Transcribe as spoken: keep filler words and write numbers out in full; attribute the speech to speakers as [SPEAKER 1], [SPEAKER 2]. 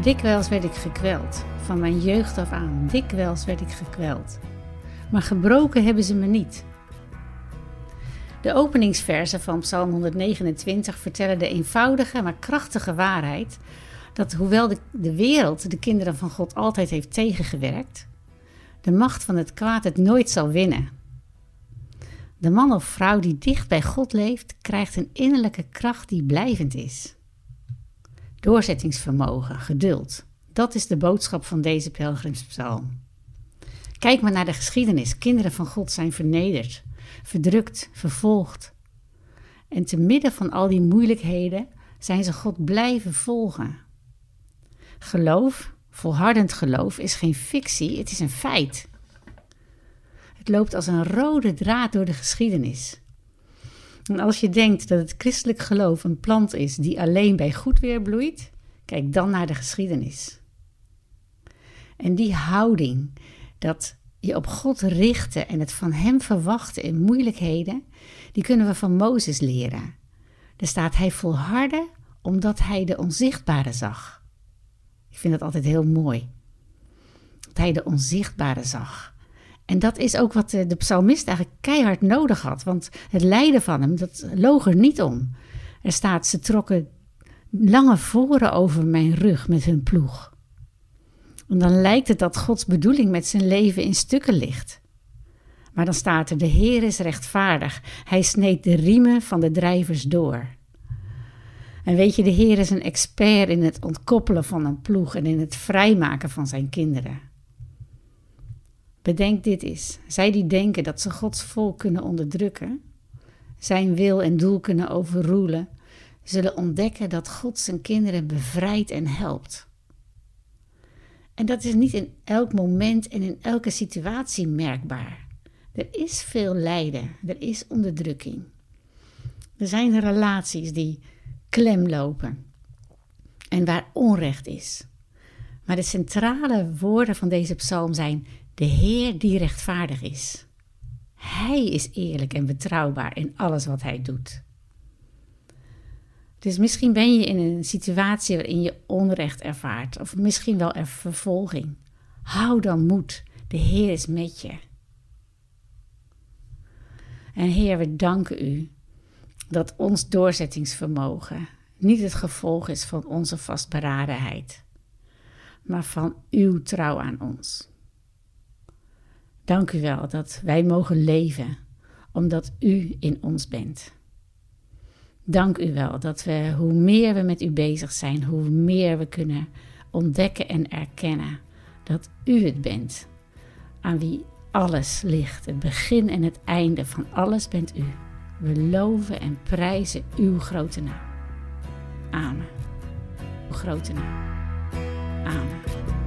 [SPEAKER 1] Dikwijls werd ik gekweld, van mijn jeugd af aan, dikwijls werd ik gekweld. Maar gebroken hebben ze me niet. De openingsverzen van Psalm honderdnegenentwintig vertellen de eenvoudige maar krachtige waarheid dat hoewel de, de wereld de kinderen van God altijd heeft tegengewerkt, de macht van het kwaad het nooit zal winnen. De man of vrouw die dicht bij God leeft, krijgt een innerlijke kracht die blijvend is. Doorzettingsvermogen, geduld, dat is de boodschap van deze pelgrimspsalm. Kijk maar naar de geschiedenis. Kinderen van God zijn vernederd, verdrukt, vervolgd. En te midden van al die moeilijkheden zijn ze God blijven volgen. Geloof, volhardend geloof, is geen fictie, het is een feit. Het loopt als een rode draad door de geschiedenis. En als je denkt dat het christelijk geloof een plant is die alleen bij goed weer bloeit, kijk dan naar de geschiedenis. En die houding, dat je op God richten en het van hem verwachten in moeilijkheden, die kunnen we van Mozes leren. Er staat, hij volhardde omdat hij de onzichtbare zag. Ik vind dat altijd heel mooi. Dat hij de onzichtbare zag. En dat is ook wat de psalmist eigenlijk keihard nodig had. Want het lijden van hem, dat loog er niet om. Er staat, ze trokken lange voren over mijn rug met hun ploeg. En dan lijkt het dat Gods bedoeling met zijn leven in stukken ligt. Maar dan staat er, de Heer is rechtvaardig. Hij sneed de riemen van de drijvers door. En weet je, de Heer is een expert in het ontkoppelen van een ploeg en in het vrijmaken van zijn kinderen. Bedenk dit eens. Zij die denken dat ze Gods volk kunnen onderdrukken, zijn wil en doel kunnen overroelen, zullen ontdekken dat God zijn kinderen bevrijdt en helpt. En dat is niet in elk moment en in elke situatie merkbaar. Er is veel lijden, er is onderdrukking. Er zijn relaties die klem lopen en waar onrecht is. Maar de centrale woorden van deze psalm zijn de Heer die rechtvaardig is. Hij is eerlijk en betrouwbaar in alles wat hij doet. Dus misschien ben je in een situatie waarin je onrecht ervaart, of misschien wel er vervolging. Hou dan moed, de Heer is met je. En Heer, we danken u dat ons doorzettingsvermogen niet het gevolg is van onze vastberadenheid, maar van uw trouw aan ons. Dank u wel dat wij mogen leven, omdat u in ons bent. Dank u wel dat we, hoe meer we met u bezig zijn, hoe meer we kunnen ontdekken en erkennen dat u het bent, aan wie alles ligt. Het begin en het einde van alles bent u. We loven en prijzen uw grote naam. Amen. Uw grote naam. Amen.